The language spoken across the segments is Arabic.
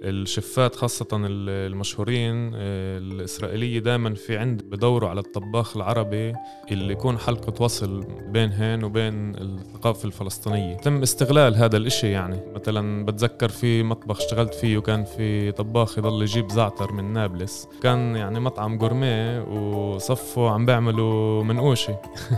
الشفات خاصة المشهورين الإسرائيلية دائما في عند بدوروا على الطباخ العربي اللي يكون حلقة وصل بينهن وبين الثقافة الفلسطينية. تم استغلال هذا الاشي، يعني مثلا بتذكر في مطبخ اشتغلت فيه وكان في طباخ يضل يجيب زعتر من نابلس، كان يعني مطعم جورميه وصفوا عم بيعملوا منقوشة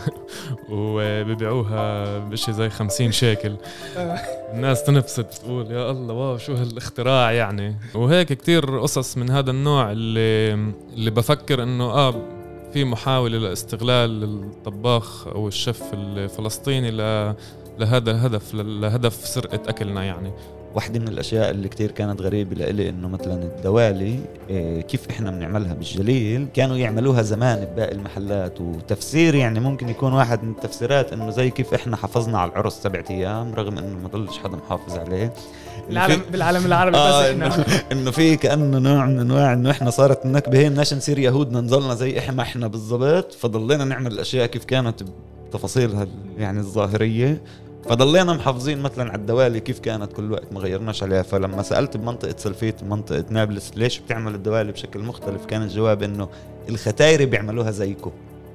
وبيبيعوها بشي زي 50 شيكل. الناس تنفسد تقول يا الله واو شو هالاختراع يعني. وهيك كتير قصص من هذا النوع اللي بفكر انه في محاولة لاستغلال الطباخ او الشيف الفلسطيني لهذا الهدف، لهدف سرقة اكلنا يعني. واحدة من الأشياء اللي كتير كانت غريبة لإلي إنه مثلا الدوالي كيف إحنا بنعملها بالجليل كانوا يعملوها زمان بباقي المحلات، وتفسير يعني ممكن يكون واحد من التفسيرات إنه زي كيف إحنا حافظنا على العرس 7 أيام رغم إنه ما ضلش حدا محافظ عليه بالعالم العربي. بس إحنا إنه في كأنه نوع من أنواع إنه إحنا صارت النكبة هي الناس نصير يهودنا نظلنا زي إحنا بالضبط، فضلينا نعمل الأشياء كيف كانت بتفاصيلها يعني الظاهرية، فضلينا محافظين مثلا على الدوالي كيف كانت كل وقت ما غيرناش عليها. فلما سألت بمنطقة سلفيت منطقة نابلس ليش بتعمل الدوالي بشكل مختلف، كان الجواب إنه الختايري بيعملوها زيكم.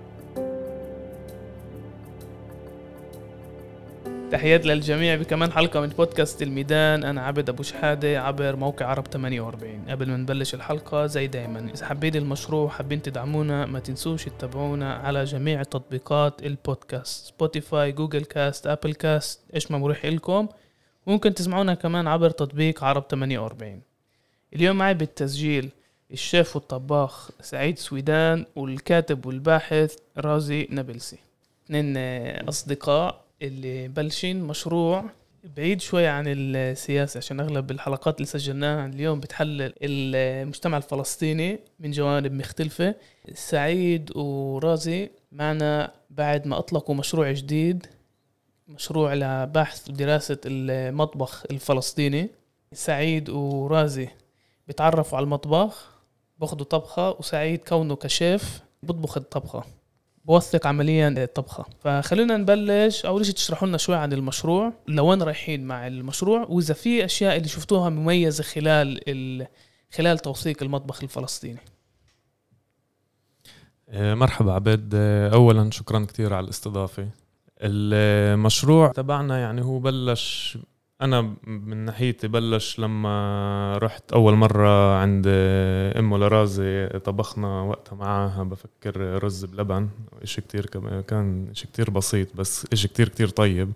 تحيات للجميع بكمان حلقة من بودكاست الميدان. أنا عبد أبو شحادة عبر موقع عرب 48. قبل ما نبلش الحلقة زي دايما، إذا حابين المشروع حابين تدعمونا ما تنسوش تتابعونا على جميع تطبيقات البودكاست، سبوتيفاي، جوجل كاست، أبل كاست، إيش ما مريح لكم. ممكن تسمعونا كمان عبر تطبيق عرب 48. اليوم معي بالتسجيل الشيف والطباخ سعيد سويدان والكاتب والباحث رازي نابلسي، اثنين أصدقاء اللي بلشين مشروع بعيد شوية عن السياسة، عشان أغلب الحلقات اللي سجلناها اليوم بتحلل المجتمع الفلسطيني من جوانب مختلفة. سعيد ورازي معنا بعد ما أطلقوا مشروع جديد، مشروع لبحث ودراسة المطبخ الفلسطيني. سعيد ورازي بيتعرفوا على المطبخ، باخدوا طبخة، وسعيد كونه كشيف بطبخ الطبخة، بوثق عمليا الطبخة. فخلونا نبلش. أول شيء تشرحوا لنا شوي عن المشروع، لوين رايحين مع المشروع، وإذا في أشياء اللي شفتوها مميزة خلال توثيق المطبخ الفلسطيني. مرحبا عبد، أولا شكرا كتير على الاستضافة. المشروع تبعنا يعني هو بلش، أنا من ناحيتي بلش لما رحت أول مرة عند أمه لرازي، طبخنا وقتها معاها بفكر رز بلبن، إشي كتير كان إشي كتير بسيط بس إشي كتير طيب.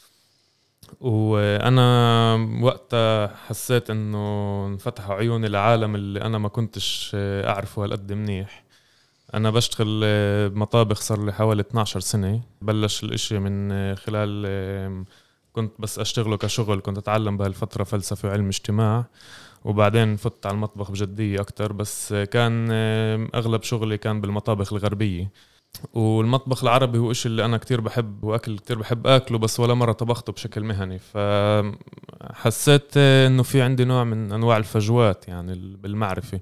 وأنا وقتها حسيت إنه انفتحوا عيوني لعالم اللي أنا ما كنتش أعرفه هالقد منيح. أنا بشتغل بمطابخ صار لي حوالي 12 سنة. بلش الإشي من خلال كنت بس أشتغله كشغل، كنت أتعلم بهالفترة فلسفة وعلم اجتماع، وبعدين فت على المطبخ بجدية أكتر. بس كان أغلب شغلي كان بالمطابخ الغربية، والمطبخ العربي هو إشي اللي أنا كتير بحب وأكل كتير بحب أكله، بس ولا مرة طبخته بشكل مهني. فحسيت إنه في عندي نوع من أنواع الفجوات يعني بالمعرفة.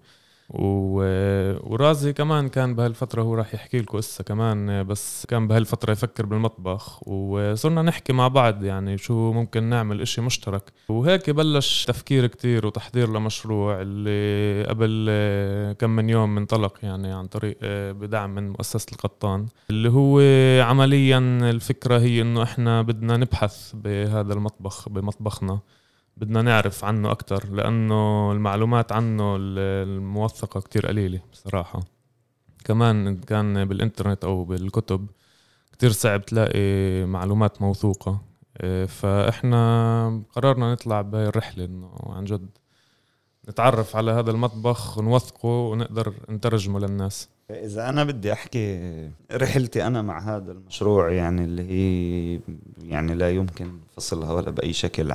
ورازي كمان كان بهالفترة هو راح يحكي لكم قصة كمان، بس كان بهالفترة يفكر بالمطبخ، وصرنا نحكي مع بعض يعني شو ممكن نعمل إشي مشترك. وهيك بلش تفكير كتير وتحضير لمشروع اللي قبل كم من يوم منطلق يعني عن طريق بدعم من مؤسسة القطان، اللي هو عمليا الفكرة هي إنه إحنا بدنا نبحث بهذا المطبخ بمطبخنا، بدنا نعرف عنه أكتر، لأنه المعلومات عنه الموثقة كتير قليلة بصراحة. كمان كان بالإنترنت أو بالكتب كتير صعب تلاقي معلومات موثوقة. فإحنا قررنا نطلع بهاي الرحلة إنه عن جد نتعرف على هذا المطبخ ونوثقه ونقدر نترجمه للناس. إذا أنا بدي أحكي رحلتي أنا مع هذا المشروع، يعني اللي هي يعني لا يمكن فصلها ولا بأي شكل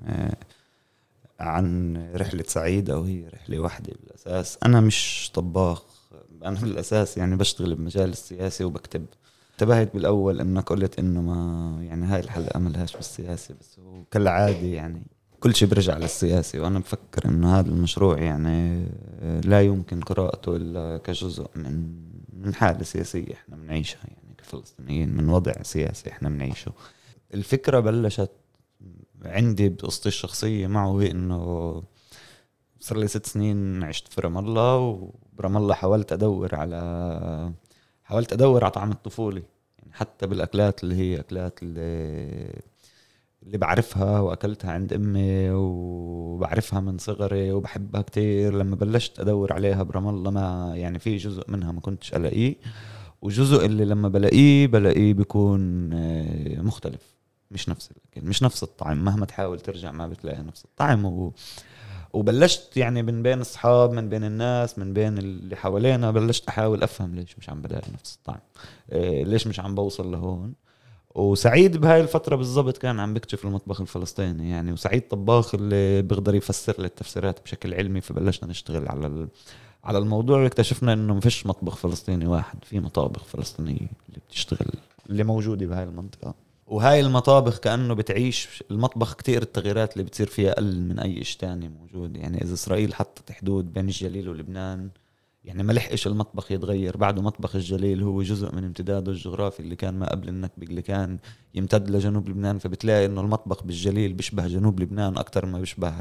عن رحلة سعيد، أو هي رحلة واحدة بالأساس. أنا مش طباخ، أنا بالأساس يعني بشتغل بمجال السياسي وبكتب. انتبهت بالأول إنك قلت إنه ما يعني هاي الحلقة ملهاش بالسياسة، بس هو كالعادة يعني كل شيء برجع للسياسي. وأنا بفكر إنه هذا المشروع يعني لا يمكن قراءته إلا كجزء من حالة سياسية إحنا بنعيشها يعني كفلسطينيين، من وضع سياسي إحنا بنعيشه. الفكرة بلشت عندي بقصتي الشخصية معه، إنه صار لي 6 سنين عشت في رام الله، وبرام الله حاولت أدور على طعم الطفولة، يعني حتى بالأكلات اللي هي أكلات اللي بعرفها وأكلتها عند أمي وبعرفها من صغري وبحبها كتير. لما بلشت أدور عليها برام الله ما يعني في جزء منها ما كنتش ألاقيه، وجزء اللي لما بلاقيه بيكون مختلف، مش نفس الأكل، مش نفس الطعم، مهما تحاول ترجع ما بتلاقي نفس الطعم. وبلشت يعني من بين الصحاب، من بين الناس، من بين اللي حوالينا، بلشت أحاول أفهم ليش مش عم بلاقي نفس الطعم، ليش مش عم بوصل لهون. وسعيد بهاي الفترة بالضبط كان عم بكتشف المطبخ الفلسطيني يعني، وسعيد طباخ اللي بيقدر يفسر لي التفسيرات بشكل علمي. فبلشنا نشتغل على الموضوع، واكتشفنا انه مفيش مطبخ فلسطيني واحد، في مطابخ فلسطينية اللي بتشتغل اللي موجودة بهاي المنطقة. وهاي المطابخ كأنه بتعيش المطبخ كتير التغييرات اللي بتصير فيها أقل من أي إشي تاني موجود. يعني إذا إسرائيل حطت حدود بين الجليل ولبنان، يعني ما لحقش المطبخ يتغير بعده. مطبخ الجليل هو جزء من امتداده الجغرافي اللي كان ما قبل النكبة، اللي كان يمتد لجنوب لبنان. فبتلاقي إنه المطبخ بالجليل بيشبه جنوب لبنان أكتر ما بيشبه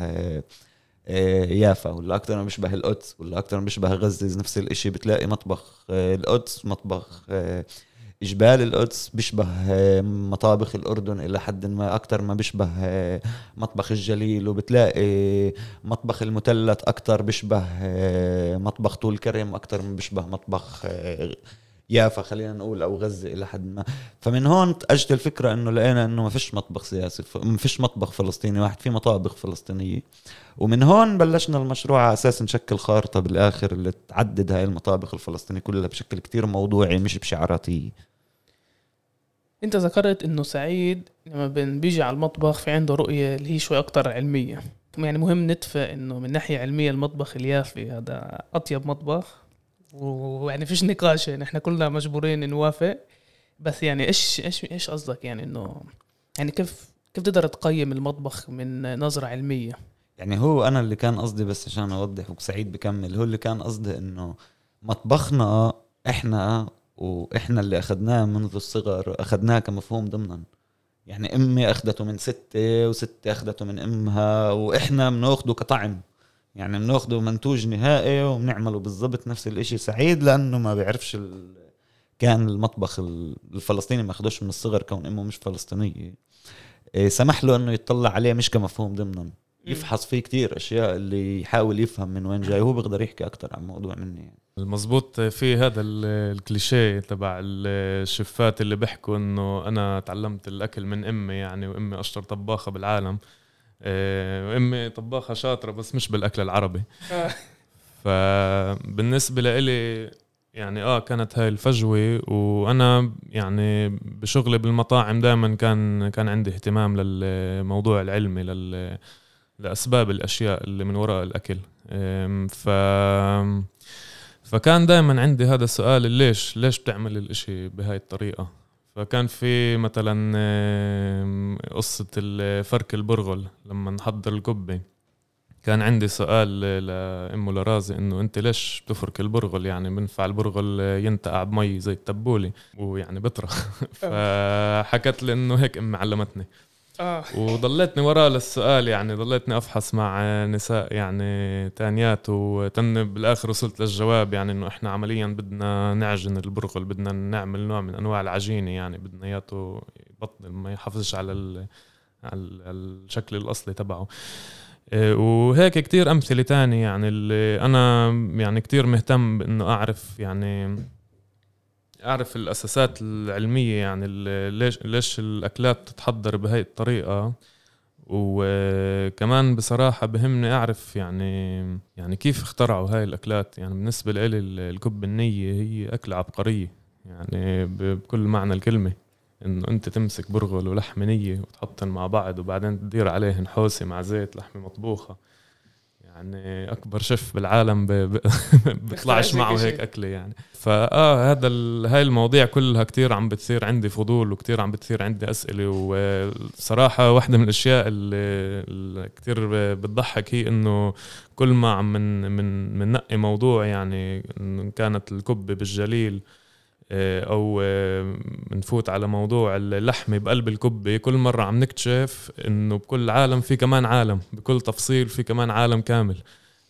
يافا، ولا أكتر ما بيشبه القدس، ولا أكتر ما بيشبه غزة. نفس الإشي بتلاقي مطبخ القدس، مطبخ جبال القدس بيشبه مطابخ الأردن إلى حد ما أكتر ما بيشبه مطبخ الجليل. وبتلاقي مطبخ المثلث أكتر بيشبه مطبخ طول كرم أكتر ما بيشبه مطبخ يافا خلينا نقول، أو غزة إلى حد ما. فمن هون أجت الفكرة إنه لقينا إنه ما فيش مطبخ سياسي، ما فيش مطبخ فلسطيني واحد، في مطابخ فلسطينية. ومن هون بلشنا المشروع على أساس نشكل خارطة بالآخر اللي تعدد هاي المطابخ الفلسطينية كلها بشكل كتير موضوعي، مش بشعاراتي. انت ذكرت انه سعيد لما بيجي على المطبخ في عنده رؤية اللي هي شوي اكتر علمية. يعني مهم نتفق انه من ناحية علمية المطبخ اليافي هذا اطيب مطبخ، ويعني فيش نقاش، يعني احنا كلنا مجبورين نوافق. بس يعني ايش قصدك يعني انه يعني كيف تقدر تقيم المطبخ من نظرة علمية؟ يعني هو انا اللي كان قصدي، بس عشان اوضح وسعيد بكمل، هو اللي كان قصدي انه مطبخنا احنا واحنا اللي اخذناه منذ الصغر اخذناه كمفهوم ضمنا. يعني امي اخذته من ستة، وستة اخذته من امها، واحنا بناخده كطعم، يعني بناخده منتوج نهائي وبنعمله بالضبط نفس الاشي. سعيد لانه ما بيعرفش كان المطبخ الفلسطيني ما اخدوش من الصغر كون امه مش فلسطينية، سمح له انه يتطلع عليه مش كمفهوم ضمنا، يفحص فيه كتير اشياء اللي يحاول يفهم من وين جاي. هو بيقدر يحكي اكتر عن موضوع مني يعني. المزبوط في هذا الكليشيه تبع الشفات اللي بيحكوا انه انا تعلمت الاكل من امي، يعني وامي اشطر طباخه بالعالم. امي طباخه شاطره بس مش بالاكل العربي. فبالنسبه لي يعني كانت هاي الفجوه. وانا يعني بشغلي بالمطاعم دائما كان عندي اهتمام للموضوع العلمي، لاسباب الاشياء اللي من وراء الاكل. فكان دائما عندي هذا السؤال، ليش بتعمل الاشي بهاي الطريقة؟ فكان في مثلا قصة فرك البرغل لما نحضر الكبة، كان عندي سؤال لأمه لرازي إنه أنت ليش بتفرك البرغل؟ يعني بنفع البرغل ينتقع بمي زي التبولي ويعني بطرخ. فحكت لي إنه هيك أمي علمتني. وضليتني وراء للسؤال، يعني ضليتني أفحص مع نساء يعني تانيات، وتن بالآخر وصلت للجواب، يعني إنه إحنا عمليا بدنا نعجن البرغل، بدنا نعمل نوع من أنواع العجينة، يعني بدنا ياته يبطل ما يحافظش على الشكل الأصلي تبعه. وهيك كتير أمثلة تانية، يعني اللي أنا يعني كتير مهتم بأنه أعرف الأساسات العلمية، يعني ليش الأكلات تتحضر بهاي الطريقة. وكمان بصراحة بهمني أعرف يعني كيف اخترعوا هاي الأكلات. يعني بالنسبة لي الكبة النية هي أكلة عبقرية، يعني بكل معنى الكلمة، إنه أنت تمسك برغل ولحمة نية وتحطن مع بعض، وبعدين تدير عليهن حوسة مع زيت لحمة مطبوخة. يعني أكبر شيف بالعالم بيطلعش معه هيك أكلة يعني. هاي المواضيع كلها كتير عم بتصير عندي فضول، وكتير عم بتصير عندي أسئلة. وصراحة واحدة من الأشياء اللي كتير بتضحك هي إنه كل ما عم من نقي موضوع، يعني إن كانت الكبة بالجليل أو نفوت على موضوع اللحمة بقلب الكبة، كل مرة عم نكتشف إنه بكل عالم في كمان عالم، بكل تفصيل في كمان عالم كامل.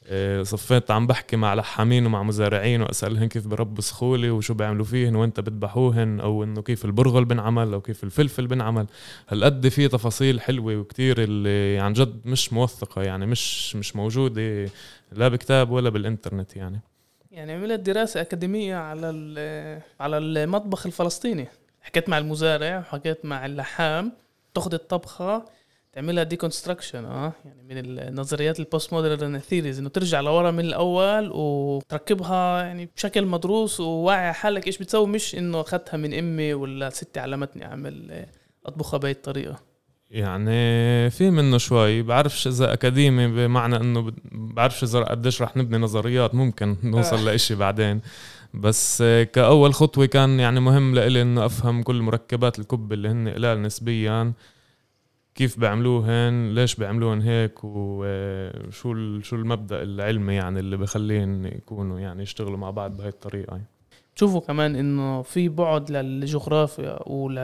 صفيت عم بحكي مع لحامين ومع مزارعين وأسألهم كيف بربوا سخولي وشو بيعملوا فيهن وانت بتذبحوهن، أو إنه كيف البرغل بنعمل أو كيف الفلفل بنعمل. هالقد فيه تفاصيل حلوة وكتير اللي عن جد مش موثقة، يعني مش موجودة لا بكتاب ولا بالإنترنت. يعني عملت دراسة أكاديمية على المطبخ الفلسطيني، حكيت مع المزارع وحكيت مع اللحام، تاخد الطبخة تعملها ديكونستراكشن يعني من النظريات البوست مودرن ثيريز، انه ترجع لورا من الاول وتركبها يعني بشكل مدروس وواعي حالك ايش بتسوي، مش انه اخذتها من امي ولا ستي علمتني اعمل اطبخها بهي الطريقه. يعني في منه شوي، بعرفش اذا اكاديمي بمعنى انه بعرفش اذا قديش رح نبني نظريات، ممكن نوصل لإشي بعدين. بس كأول خطوة كان يعني مهم لإلي انه افهم كل مركبات الكب اللي هن قلال نسبيا، كيف بيعملوهن، ليش بيعملوهن هيك، وشو المبدأ العلمي يعني اللي بخليهن يكونوا يعني يشتغلوا مع بعض بهاي الطريقة. تشوفوا كمان انه في بعد للجغرافيا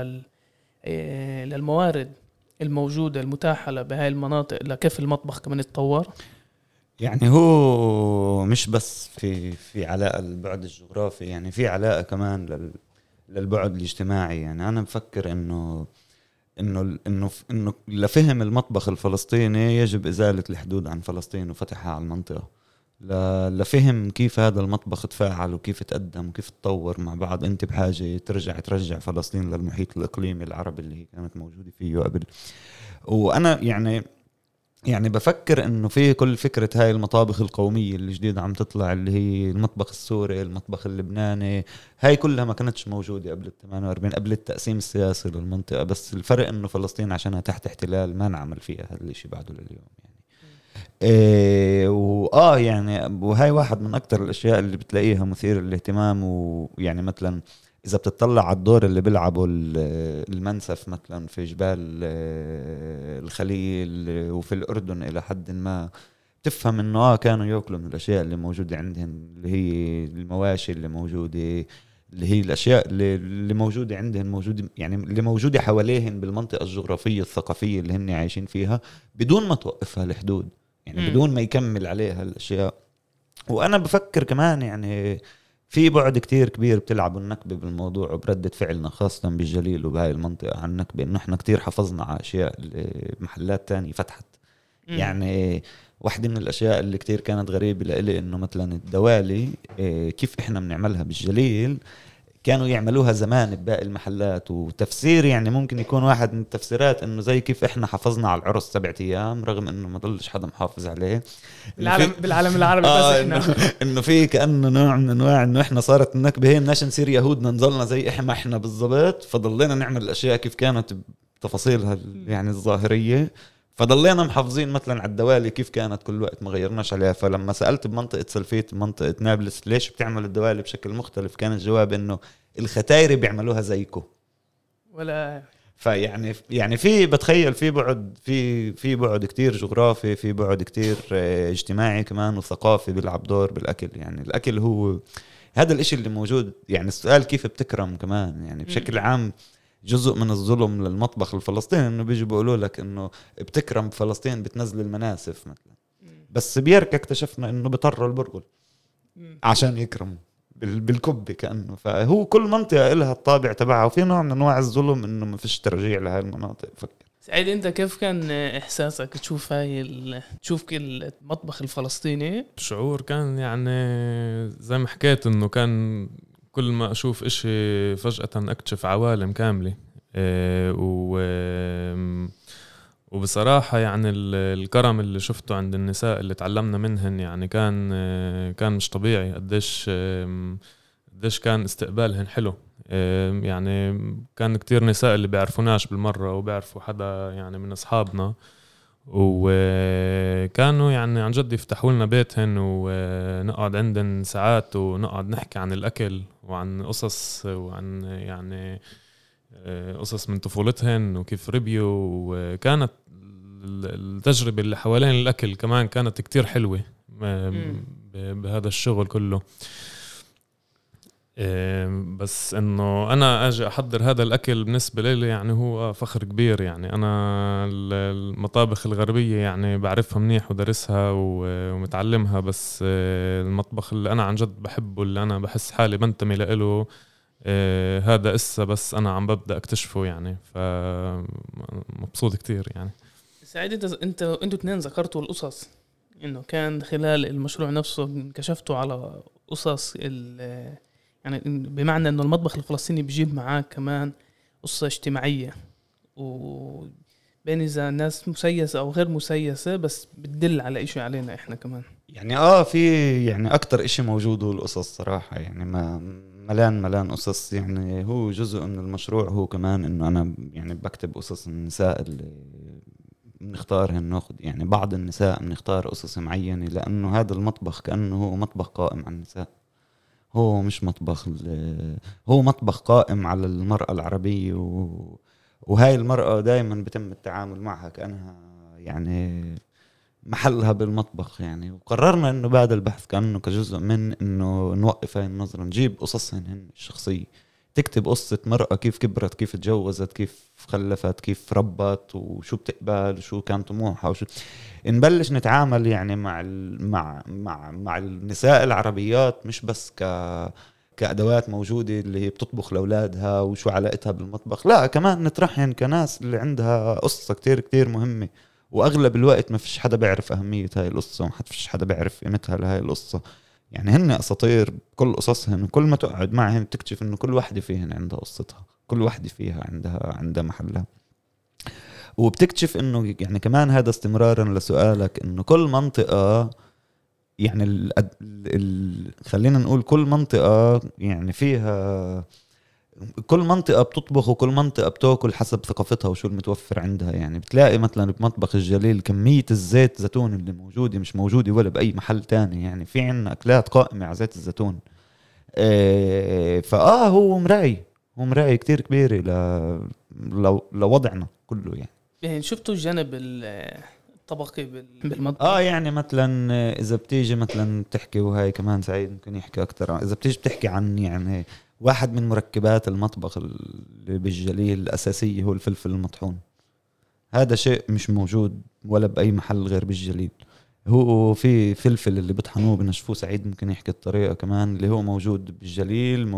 للموارد الموجودة المتاحة بهاي المناطق لكيف المطبخ كمان يتطور. يعني هو مش بس في علاقة البعد الجغرافي، يعني في علاقة كمان للبعد الاجتماعي. يعني أنا بفكر إنه لفهم المطبخ الفلسطيني يجب إزالة الحدود عن فلسطين وفتحها على المنطقة. لفهم كيف هذا المطبخ تفاعل وكيف تقدم وكيف تطور مع بعض. أنت بحاجة ترجع فلسطين للمحيط الإقليمي العربي اللي هي كانت موجودة فيه قبل. وأنا يعني بفكر انه في كل فكرة هاي المطابخ القومية اللي جديدة عم تطلع، اللي هي المطبخ السوري، المطبخ اللبناني، هاي كلها ما كانتش موجودة قبل 48، قبل التقسيم السياسي للمنطقة. بس الفرق انه فلسطين عشانها تحت احتلال ما نعمل فيها هذا الشيء بعده لليوم يعني. يعني وهاي واحد من اكتر الاشياء اللي بتلاقيها مثير للاهتمام. ويعني مثلا إذا بتطلع على الدور اللي بيلعبوا المنسف مثلا في جبال الخليل وفي الأردن إلى حد ما، تفهم إنه كانوا يأكلوا من الأشياء اللي موجودة عندهم، اللي هي المواشي اللي موجودة، اللي هي الأشياء اللي موجودة عندهم، موجودة يعني اللي موجودة حواليهم بالمنطقة الجغرافية الثقافية اللي هن عايشين فيها، بدون ما توقفها الحدود، يعني بدون ما يكمل عليها الأشياء. وأنا بفكر كمان يعني في بعد كتير كبير بتلعب النكبة بالموضوع وبردة فعلنا خاصة بالجليل وبهاي المنطقة عن النكبة، إنه إحنا كتير حفظنا على أشياء محلات تانية فتحت. يعني واحدة من الأشياء اللي كتير كانت غريبة لإلي إنه مثلا الدوالي كيف إحنا بنعملها بالجليل كانوا يعملوها زمان بباقي المحلات. وتفسير يعني ممكن يكون واحد من التفسيرات انه زي كيف احنا حافظنا على العرس 7 ايام رغم انه ما ضلش حدا محافظ عليه بالعالم العربي. بس انه في كأنه نوع من انواع انه احنا صارت النكبة هي الناس نصير يهودنا نضلنا زي احنا بالضبط، فضلينا نعمل الاشياء كيف كانت بتفاصيلها يعني الظاهرية، فضلينا محافظين مثلا على الدوالي كيف كانت كل وقت ما غيرناش عليها. فلما سألت بمنطقة سلفيت بمنطقة نابلس ليش بتعمل الدوالي بشكل مختلف، كان الجواب انه الختايري بيعملوها زيكو ولا. فيعني في بتخيل في بعد كتير جغرافي، في بعد كتير اجتماعي كمان وثقافي بيلعب دور بالأكل. يعني الأكل هو هذا الاشي اللي موجود. يعني السؤال كيف بتكرم كمان يعني بشكل عام جزء من الظلم للمطبخ الفلسطيني انه بيجوا بيقولوا لك انه بتكرم فلسطين بتنزل المناسف مثلا، بس بيرك اكتشفنا انه بيطروا البرغل عشان يكرموا بالكبة كأنه. فهو كل منطقة لها الطابع تبعها، وفي نوع من انواع الظلم انه ما فيش ترجيع لهذه المناطق. فكر سعيد، انت كيف كان احساسك تشوف تشوف المطبخ الفلسطيني؟ شعور كان يعني زي ما حكيت انه كان كل ما أشوف إشي فجأة أكتشف عوالم كاملة. وبصراحة يعني الكرم اللي شفته عند النساء اللي تعلمنا منهن يعني كان مش طبيعي. قديش كان استقبالهن حلو. يعني كان كتير نساء اللي بيعرفوناش بالمرة وبيعرفوا حدا يعني من أصحابنا، وكانوا يعني عن جد يفتحوا لنا بيتهن ونقعد عندن ساعات ونقعد نحكي عن الأكل وعن قصص وعن يعني قصص من طفولتهن وكيف ربيوا. وكانت التجربة اللي حوالين الأكل كمان كانت كتير حلوة بهذا الشغل كله. بس انه انا اجي احضر هذا الاكل بالنسبه لي يعني هو فخر كبير. يعني انا المطابخ الغربيه يعني بعرفها منيح ودرسها ومتعلمها، بس المطبخ اللي انا عن جد بحبه اللي انا بحس حالي بنتمي له هذا إسا بس انا عم ببدا اكتشفه يعني، فمبسوط كتير يعني. سعيد انتوا اثنين ذكرتوا القصص، انه كان خلال المشروع نفسه كشفتوا على قصص يعني بمعنى انه المطبخ الفلسطيني بيجيب معاه كمان قصة اجتماعية، وبين اذا الناس مسيسة او غير مسيسة بس بتدل على اشي علينا احنا كمان. يعني في يعني اكتر اشي موجود هو القصص صراحة، يعني ما ملان قصص. يعني هو جزء من المشروع هو كمان انه انا يعني بكتب قصص النساء اللي بنختارهن، ناخد يعني بعض النساء بنختار قصص معينة، لانه هذا المطبخ كأنه هو مطبخ قائم على النساء، هو مش مطبخ، هو مطبخ قائم على المرأة العربية، وهاي المرأة دائما بتم التعامل معها كأنها يعني محلها بالمطبخ يعني. وقررنا انه بعد البحث كأنه كجزء من انه نوقف هاي النظرة، نجيب قصصهن هن الشخصية، تكتب قصة مرأة كيف كبرت، كيف تجوزت، كيف خلفت، كيف ربت، وشو بتقبل، وشو كان طموحها، وشو نبلش نتعامل يعني مع النساء العربيات، مش بس كأدوات موجودة اللي هي بتطبخ لأولادها وشو علاقتها بالمطبخ، لا كمان نطرحهم كناس اللي عندها قصة كتير كتير مهمة، وأغلب الوقت ما فيش حدا بيعرف أهمية هاي القصة، وما فيش حدا بيعرف قيمتها لهاي القصة. يعني هن أساطير كل قصصهن، وكل ما تقعد معهن تكتشف إنه كل واحدة فيهن عندها قصتها، كل واحدة فيها عندها محلها. وبتكتشف إنه يعني كمان هذا استمرارا لسؤالك، إنه كل منطقة يعني خلينا نقول كل منطقة يعني فيها، كل منطقة بتطبخ وكل منطقة بتاكل حسب ثقافتها وشو المتوفر عندها. يعني بتلاقي مثلا بمطبخ الجليل كمية الزيت زيتون اللي موجودة مش موجودة ولا بأي محل تاني، يعني في عنا أكلات قائمة على زيت الزيتون. هو مراية كتير كبيرة لوضعنا كله يعني شفتوا الجانب الطبقي بالمطبخ؟ يعني مثلا إذا بتيجي مثلا تحكي، وهاي كمان سعيد ممكن يحكي أكتر، إذا بتيجي بتحكي عن يعني واحد من مركبات المطبخ اللي بالجليل الأساسية هو الفلفل المطحون. هذا شيء مش موجود ولا بأي محل غير بالجليل. هو في فلفل اللي بطحنوه بنشفوه، سعيد ممكن يحكي الطريقة كمان، اللي هو موجود بالجليل،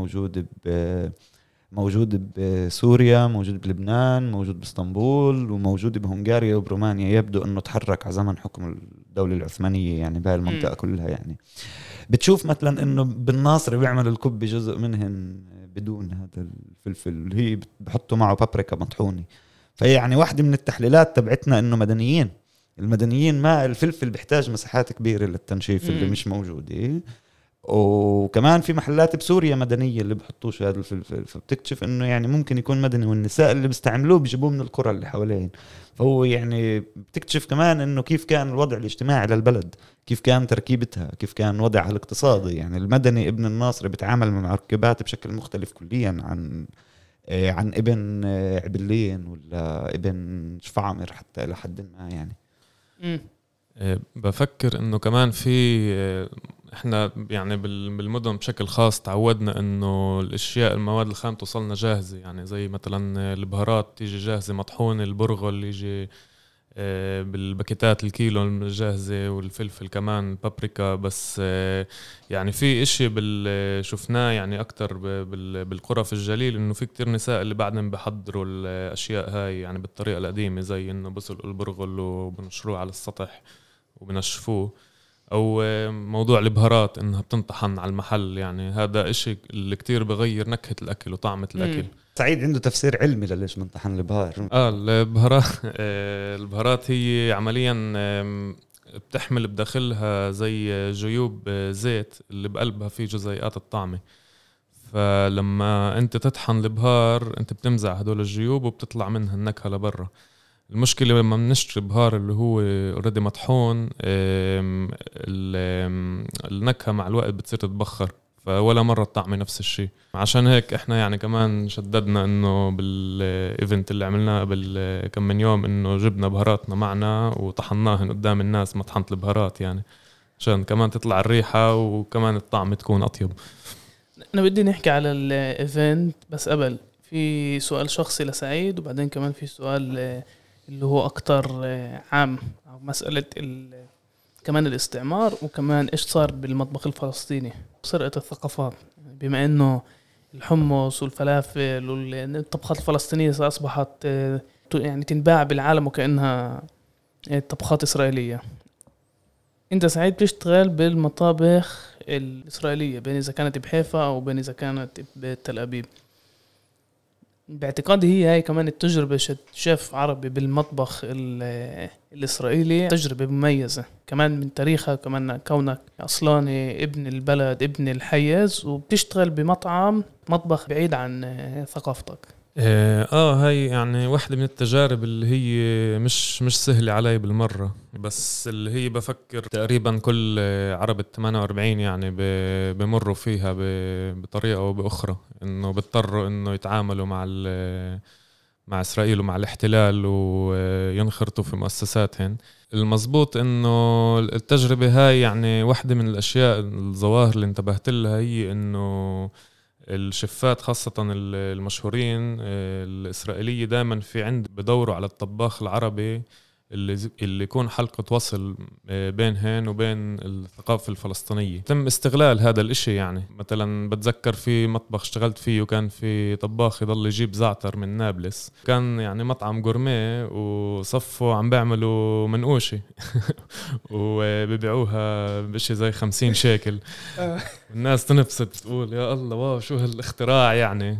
موجود بسوريا، موجود بلبنان، موجود باسطنبول، وموجود بهنغاريا وبرومانيا. يبدو انه تحرك على زمن حكم الدولة العثمانية يعني بهاي المنطقة كلها. يعني بتشوف مثلا انه بالناصر بيعمل الكب جزء منهن بدون هذا الفلفل، اللي هي بحطوا معه بابريكا مطحونة. فيعني واحدة من التحليلات تبعتنا انه المدنيين ما الفلفل بيحتاج مساحات كبيرة للتنشيف اللي مش موجودة. وكمان في محلات بسوريا مدنية اللي بحطوش هذا الفلفل، فبتكتشف انه يعني ممكن يكون مدني، والنساء اللي بيستعملوه بيجيبوه من القرى اللي حوالين. فهو يعني بتكتشف كمان انه كيف كان الوضع الاجتماعي للبلد، كيف كان تركيبتها، كيف كان وضعها الاقتصادي. يعني المدني ابن الناصر بيتعامل مع مركبات بشكل مختلف كليا عن ابن عبلين ولا ابن شفعمر حتى إلى حد ما يعني. بفكر انه كمان في احنا يعني بالمدن بشكل خاص تعودنا انه الاشياء المواد الخام توصلنا جاهزة، يعني زي مثلا البهارات تيجي جاهزة مطحونة، البرغل يجي بالباكيتات الكيلو الجاهزة، والفلفل كمان بابريكا. بس يعني في اشي شفناه يعني اكتر بالقرى في الجليل، انه في كتير نساء اللي بعدهم بحضروا الاشياء هاي يعني بالطريقة القديمة، زي انه بسلقوا البرغل وبنشروه على السطح وبنشفوه، او موضوع البهارات انها بتنطحن على المحل. يعني هذا اشي اللي كتير بغير نكهة الاكل وطعمة الاكل. سعيد عنده تفسير علمي لليش بنطحن البهار. البهارات هي عمليا بتحمل بداخلها زي جيوب زيت اللي بقلبها فيه جزيئات الطعمة، فلما انت تطحن البهار انت بتمزع هدول الجيوب وبتطلع منها النكهة لبرا. المشكلة لما بنشتري بهار اللي هو اوريدي مطحون، النكهة مع الوقت بتصير تتبخر، فولا مرة الطعم نفس الشيء. عشان هيك احنا يعني كمان شددنا انه بالايفنت اللي عملناه قبل كم من يوم انه جبنا بهاراتنا معنا وطحناهن قدام الناس مطحنة البهارات، يعني عشان كمان تطلع الريحة وكمان الطعم تكون اطيب. أنا بدي نحكي على الإيفنت، بس قبل في سؤال شخصي لسعيد، وبعدين كمان في سؤال اللي هو أكتر عام، أو مسألة كمان الاستعمار، وكمان إيش صار بالمطبخ الفلسطيني، سرقة الثقافات، بما إنه الحمص والفلافل والطبخات الفلسطينية أصبحت يعني تنباع بالعالم وكأنها طبخات إسرائيلية. أنت سعيد بتشتغل بالمطابخ الإسرائيلية، بين إذا كانت بحيفا أو بين إذا كانت بتل أبيب. باعتقادي هي كمان التجربة شيف عربي بالمطبخ الإسرائيلي تجربة مميزة كمان من تاريخها، كمان كونك أصلاني ابن البلد ابن الحيز وبتشتغل بمطعم مطبخ بعيد عن ثقافتك. هاي يعني واحدة من التجارب اللي هي مش سهلة علي بالمرة، بس اللي هي بفكر تقريبا كل عرب 48 يعني بمروا فيها بطريقة أو بأخرى، إنه بيضطروا إنه يتعاملوا مع إسرائيل ومع الاحتلال وينخرطوا في مؤسساتهن. المضبوط إنه التجربة هاي يعني واحدة من الأشياء الظواهر اللي انتبهت لها هي إنه الشفات خاصة المشهورين الإسرائيلية دائما في عند بدوروا على الطباخ العربي اللي يكون حلقة وصل بينهن وبين الثقافة الفلسطينية. تم استغلال هذا الاشي، يعني مثلا بتذكر في مطبخ اشتغلت فيه وكان في طباخ يضل يجيب زعتر من نابلس، كان يعني مطعم غورميه وصفوا عم بيعملوا منقوشة وبيبيعوها بشي زي 50 شيكل. الناس تنفست تقول يا الله واو شو هالاختراع يعني.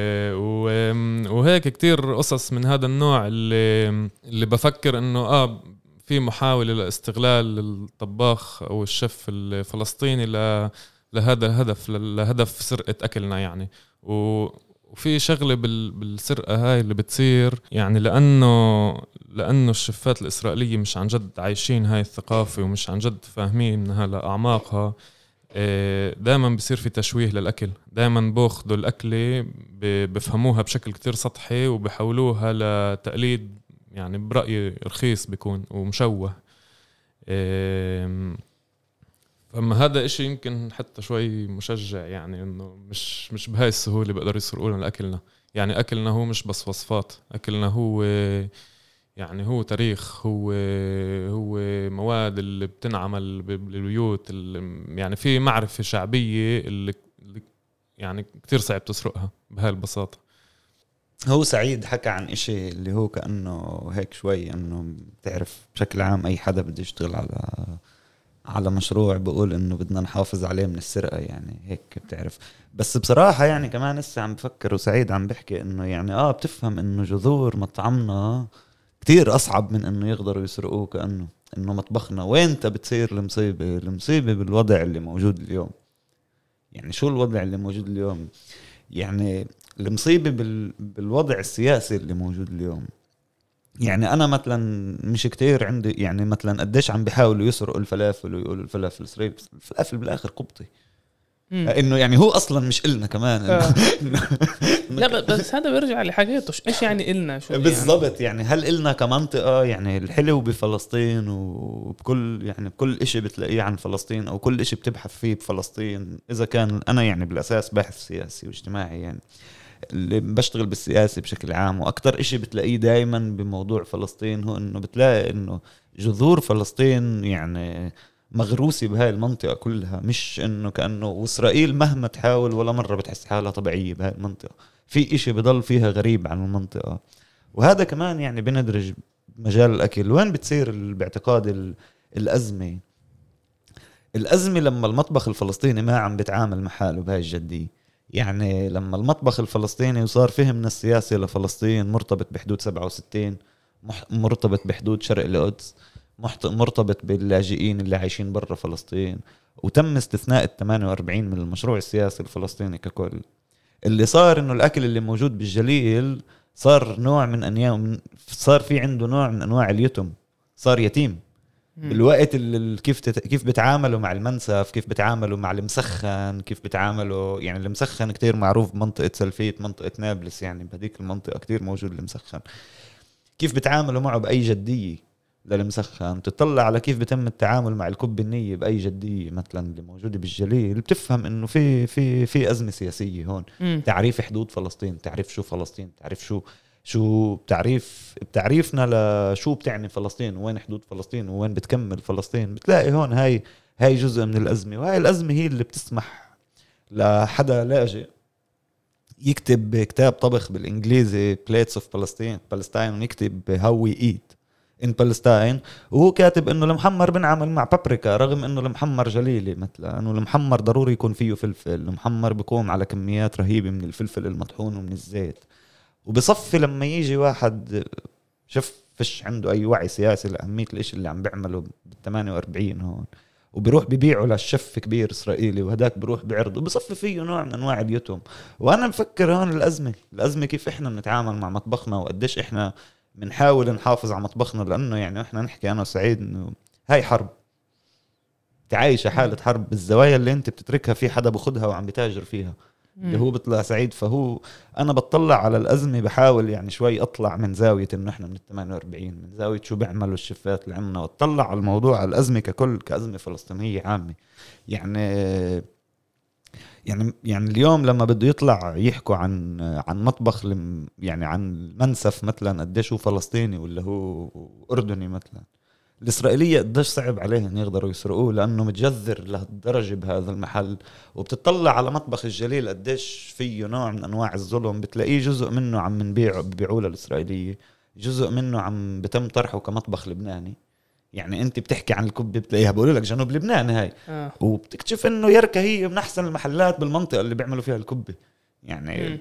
وهيك كتير قصص من هذا النوع اللي بفكر انه في محاولة لاستغلال الطباخ او الشيف الفلسطيني لهذا الهدف، لهدف سرقة اكلنا يعني. وفي شغلة بالسرقة هاي اللي بتصير يعني لأنه الشفات الإسرائيلية مش عن جد عايشين هاي الثقافة ومش عن جد فاهمينها لأعماقها. دائما بيصير في تشويه للأكل، دائما بأخذوا الأكلة بفهموها بشكل كتير سطحي وبحولوها لتقليد يعني برأيي رخيص بيكون ومشوه. فما هذا إشي يمكن حتى شوي مشجع، يعني إنه مش بهاي السهولة بقدر يسرقوا لنا أكلنا. يعني أكلنا هو مش بس وصفات، أكلنا هو يعني هو تاريخ، هو مواد اللي بتنعمل بالبيوت، يعني في معرفة شعبية اللي يعني كتير صعب تسرقها بهاي البساطة. هو سعيد حكى عن إشي اللي هو كأنه هيك شوي أنه تعرف بشكل عام أي حدا بده يشتغل على مشروع بقول إنه بدنا نحافظ عليه من السرقة، يعني هيك بتعرف. بس بصراحة يعني كمان لسه عم بفكر وسعيد عم بحكي إنه يعني بتفهم إنه جذور مطعمنا كتير أصعب من إنه يقدروا يسرقوه. كأنه إنه مطبخنا وين بتصير المصيبة بالوضع اللي موجود اليوم. يعني شو الوضع اللي موجود اليوم؟ يعني المصيبة بالوضع السياسي اللي موجود اليوم. يعني أنا مثلا مش كتير عندي يعني مثلا قديش عم بيحاولوا يسرقوا الفلافل ويقولوا الفلافل إسرائيلي، الفلافل بالآخر قبطي. إنه يعني هو أصلا مش إلنا كمان. لا بس هذا بيرجع لحاجاته، إيش يعني إلنا شو بالضبط. يعني هل إلنا كمنطقة يعني الحلو بفلسطين وبكل يعني بكل إشي بتلاقيه عن فلسطين أو كل إشي بتبحث فيه بفلسطين. إذا كان أنا يعني بالأساس باحث سياسي واجتماعي، يعني اللي بشتغل بالسياسي بشكل عام، وأكتر إشي بتلاقيه دايما بموضوع فلسطين هو إنه بتلاقي إنه جذور فلسطين يعني مغروسي بهاي المنطقة كلها، مش إنه كأنه وإسرائيل مهما تحاول ولا مرة بتحس حالها طبيعية بهاي المنطقة، في إشي بضل فيها غريب عن المنطقة. وهذا كمان يعني بندرج مجال الأكل. وين بتصير باعتقاد الأزمة لما المطبخ الفلسطيني ما عم بتعامل مع حاله بهاي الجدية. يعني لما المطبخ الفلسطيني وصار فهم السياسي لفلسطين مرتبط بحدود 67، مرتبط بحدود شرق القدس، مرتبط باللاجئين اللي عايشين برا فلسطين، وتم استثناء 48 من المشروع السياسي الفلسطيني ككل. اللي صار إنه الأكل اللي موجود بالجليل صار نوع من صار في عنده نوع من أنواع اليتم، صار يتيم. بالوقت اللي كيف بتعاملوا مع المنسف، كيف بتعاملوا مع المسخن، كيف بتعاملوا يعني المسخن كتير معروف بمنطقة سلفيت، منطقة نابلس، يعني بهديك المنطقة كتير موجود المسخن. كيف بتعاملوا معه بأي جدية؟ للمسخن، تطلع على كيف بتم التعامل مع الكب النية بأي جدية مثلا اللي موجودة بالجليل، بتفهم إنه في أزمة سياسية هون. تعريف حدود فلسطين، تعريف شو فلسطين، تعريف شو بتعريفنا لشو بتعني فلسطين، وين حدود فلسطين، وين بتكمل فلسطين. بتلاقي هون هاي جزء من الأزمة، وهاي الأزمة هي اللي بتسمح لحدا لاجئ يكتب كتاب طبخ بالإنجليزي Plates of Palestine ونكتب How we eat in Palestine، وهو كاتب إنه المحمر بنعمل مع بابريكا، رغم إنه المحمر جليلي مثلا، إنه المحمر ضروري يكون فيه فلفل، المحمر بيقوم على كميات رهيبة من الفلفل المطحون ومن الزيت. وبصفي لما يجي واحد فيش عنده أي وعي سياسي لأهمية الإشي اللي عم بيعمله بال48 هون، وبيروح بيبيعه للشف كبير إسرائيلي، وهداك بيروح بعرضه، بصفي فيه نوع من أنواع اليتم. وأنا بفكر هون الأزمة كيف إحنا بنتعامل مع مطبخنا، وقديش إحنا بنحاول نحافظ على مطبخنا، لأنه يعني إحنا نحكي أنا وسعيد إنه هاي حرب، تعايشة حالة حرب. بالزوايا اللي أنت بتتركها في حدا بخدها وعم بتاجر فيها اللي هو بيطلع سعيد. فهو أنا بطلع على الأزمة، بحاول يعني شوي أطلع من زاوية إنه إحنا من 48، من زاوية شو بيعملوا الشفات اللي عنا، وأطلع على الموضوع، على الأزمة ككل، كأزمة فلسطينية عامة. يعني اليوم لما بده يطلع يحكوا عن مطبخ يعني عن منسف مثلا قديش هو فلسطيني ولا هو أردني مثلا، الإسرائيلية قديش صعب عليهم يقدروا يسرقوه لأنه متجذر لهالدرجة بهذا المحل. وبتطلع على مطبخ الجليل قديش فيه نوع من أنواع الظلم، بتلاقيه جزء منه عم بيبيعوه للإسرائيلية، جزء منه عم بتم طرحه كمطبخ لبناني. يعني أنت بتحكي عن الكبة بتلاقيها بقولوا لك جنوب لبنان هاي، وبتكتشف إنه يركا هي من أحسن المحلات بالمنطقة اللي بيعملوا فيها الكبة. يعني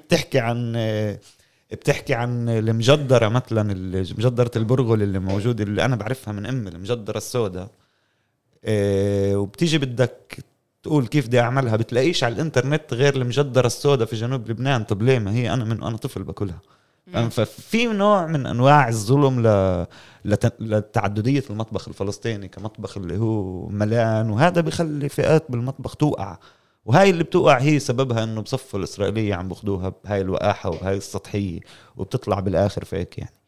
بتحكي عن المجدرة مثلا، مجدرة البرغل اللي موجودة اللي أنا بعرفها من أمي، المجدرة السوداء. وبتيجي بدك تقول كيف بدي أعملها، بتلاقيش على الإنترنت غير المجدرة السوداء في جنوب لبنان. طب ليه؟ ما هي أنا طفل باكلها. ففي نوع من أنواع الظلم لتعددية المطبخ الفلسطيني كمطبخ اللي هو ملان، وهذا بيخلي فئات بالمطبخ توقع. وهاي اللي بتوقع هي سببها انه بصفوا الاسرائيليه عم بخدوها بهاي الوقاحه وبهاي السطحيه، وبتطلع بالاخر فيك. يعني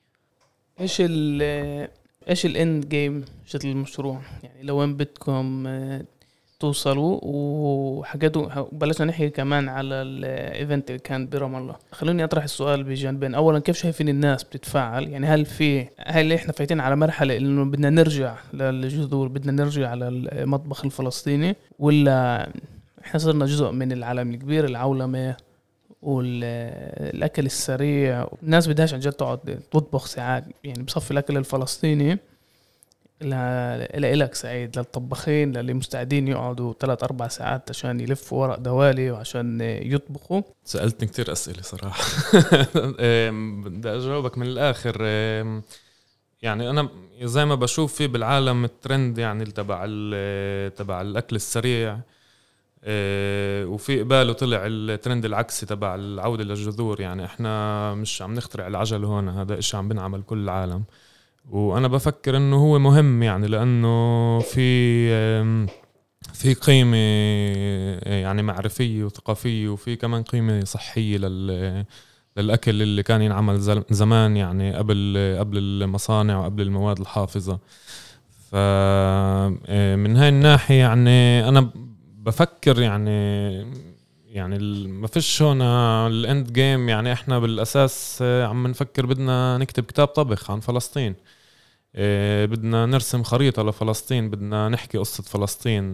ايش الاند جيم شكل المشروع؟ يعني لو وين بدكم توصلوا؟ وحكيتوا بلشنا نحكي كمان على الايفنت اللي كان برام الله. خلوني اطرح السؤال بجانبين. اولا كيف شايفين الناس بتتفاعل؟ يعني هل احنا فايتين على مرحله انه بدنا نرجع للجذور، بدنا نرجع على المطبخ الفلسطيني، ولا احنا صرنا جزء من العالم الكبير العولمة والأكل السريع؟ الناس بدهاش عن جد تقعد تطبخ ساعات. يعني بصفي الأكل الفلسطيني لإلك سعيد، للطبخين اللي مستعدين يقعدوا 3-4 ساعات عشان يلفوا ورق دوالي وعشان يطبخوا. سألتني كتير أسئلة صراحة. بدي أجاوبك من الآخر. يعني أنا زي ما بشوف فيه بالعالم الترند، يعني تبع الأكل السريع، وفي قباله طلع الترند العكسي تبع العودة للجذور. يعني احنا مش عم نخترع العجل هون، هذا إشي عم بنعمل كل العالم. وأنا بفكر إنه هو مهم، يعني لأنه في قيمة يعني معرفية وثقافية، وفي كمان قيمة صحية للأكل اللي كان ينعمل زمان، يعني قبل المصانع وقبل المواد الحافظة. فمن هاي الناحية يعني أنا بفكر يعني ما فيش هون الاند جيم. يعني احنا بالاساس عم نفكر بدنا نكتب كتاب طبخ عن فلسطين، بدنا نرسم خريطة لفلسطين، بدنا نحكي قصة فلسطين.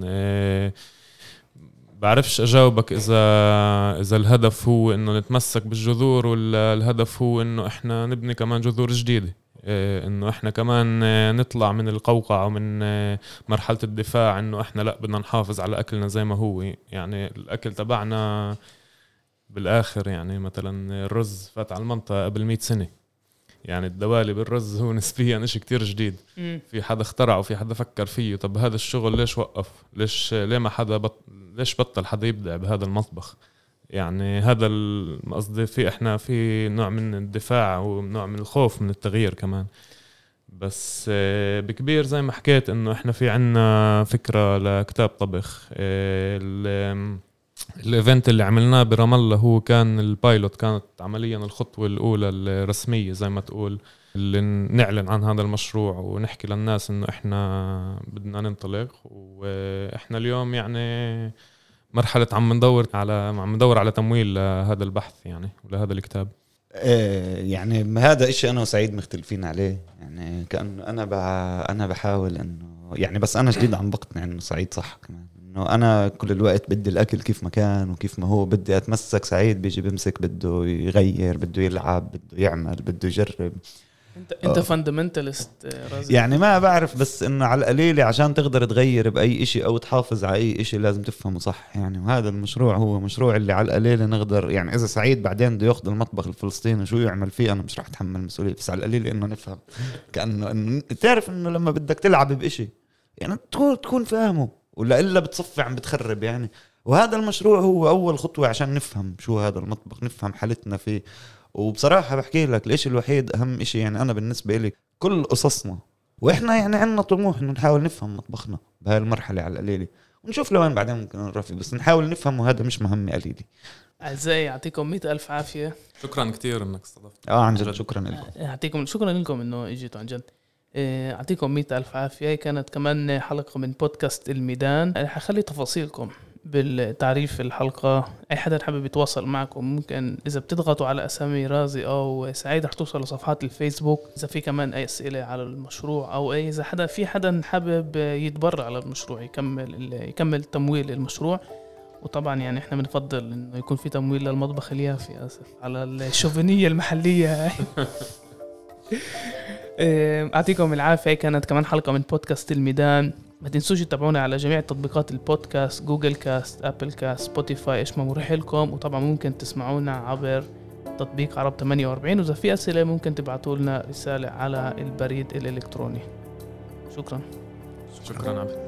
بعرفش اجاوبك اذا الهدف هو انه نتمسك بالجذور، ولا الهدف هو انه احنا نبني كمان جذور جديدة، انه احنا كمان نطلع من القوقعة ومن مرحلة الدفاع، انه احنا لا بدنا نحافظ على اكلنا زي ما هو. يعني الاكل تبعنا بالاخر، يعني مثلا الرز فات على المنطقة قبل 100 سنة. يعني الدوالي بالرز هو نسبيا اشي كتير جديد. في حدا اخترعه وفي حدا فكر فيه. طب هذا الشغل ليش وقف؟ ليه ما حدا ليش بطل حدا يبدع بهذا المطبخ؟ يعني هذا القصد، في احنا في نوع من الدفاع ونوع من الخوف من التغيير كمان. بس بكبير زي ما حكيت انه احنا في عنا فكرة لكتاب طبخ. الايفنت اللي عملناه برام الله هو كان البايلوت، كانت عمليا الخطوة الاولى الرسمية زي ما تقول اللي نعلن عن هذا المشروع ونحكي للناس إنه إحنا بدنا ننطلق. وإحنا اليوم يعني مرحلة عم ندور على تمويل لهذا البحث يعني ولهذا الكتاب. يعني هذا إشي أنا وسعيد مختلفين عليه. يعني كأنه أنا بحاول إنه يعني بس أنا جديد عم بقتنع إنه سعيد صح كمان، إنه أنا كل الوقت بدي الأكل كيف ما كان وكيف ما هو، بدي أتمسك. سعيد بيجي بمسك بده يغير، بده يلعب، بده يعمل، بده يجرب. انت فاندمنتالست رازي. يعني ما بعرف، بس انه على القليل عشان تقدر تغير باي اشي او تحافظ على اي اشي لازم تفهمه صح يعني. وهذا المشروع هو مشروع اللي على القليل نقدر يعني. اذا سعيد بعدين بده ياخذ المطبخ الفلسطيني وشو يعمل فيه انا مش راح اتحمل مسؤوليه، بس على القليل انه نفهم. كانه إنه تعرف انه لما بدك تلعب باشي يعني تكون فاهمه، ولا الا بتصفي عم بتخرب يعني. وهذا المشروع هو اول خطوه عشان نفهم شو هذا المطبخ، نفهم حالتنا فيه. وبصراحة بحكي لك الاشي الوحيد اهم اشي يعني انا بالنسبة لي كل قصصنا واحنا يعني عنا طموح انه نحاول نفهم مطبخنا بهاي المرحلة على القليلة، ونشوف لوين بعدين ممكن نرفي، بس نحاول نفهم وهذا مش مهمة قليلة. أعزائي يعطيكم 100,000 عافية. شكرا كتير انك استضفت. عن جد شكرا لكم. شكرا لكم انه اجيتوا عن جد. أعطيكم 100,000 عافية. كانت كمان حلقة من بودكاست الميدان. حخلي تفاصيلكم بالتعريف الحلقة. أي حدا حابب يتواصل معكم ممكن إذا بتضغطوا على أسامي رازي أو سعيد رح توصلوا لصفحات الفيسبوك. إذا في كمان أي أسئلة على المشروع أو أي إذا حدا حابب يتبرع على المشروع يكمل تمويل المشروع. وطبعا يعني إحنا بنفضل إنه يكون في تمويل للمطبخ اليافي، آسف على الشوفينية المحلية. أعطيكم العافية. كانت كمان حلقة من بودكاست الميدان. ما تنسوش تتابعونا على جميع تطبيقات البودكاست، جوجل كاست، أبل كاست، سبوتيفاي، إيش ما مريح لكم. وطبعا ممكن تسمعونا عبر تطبيق عرب 48. وإذا في أسئلة ممكن تبعتوا لنا رسالة على البريد الإلكتروني. شكرا عبد.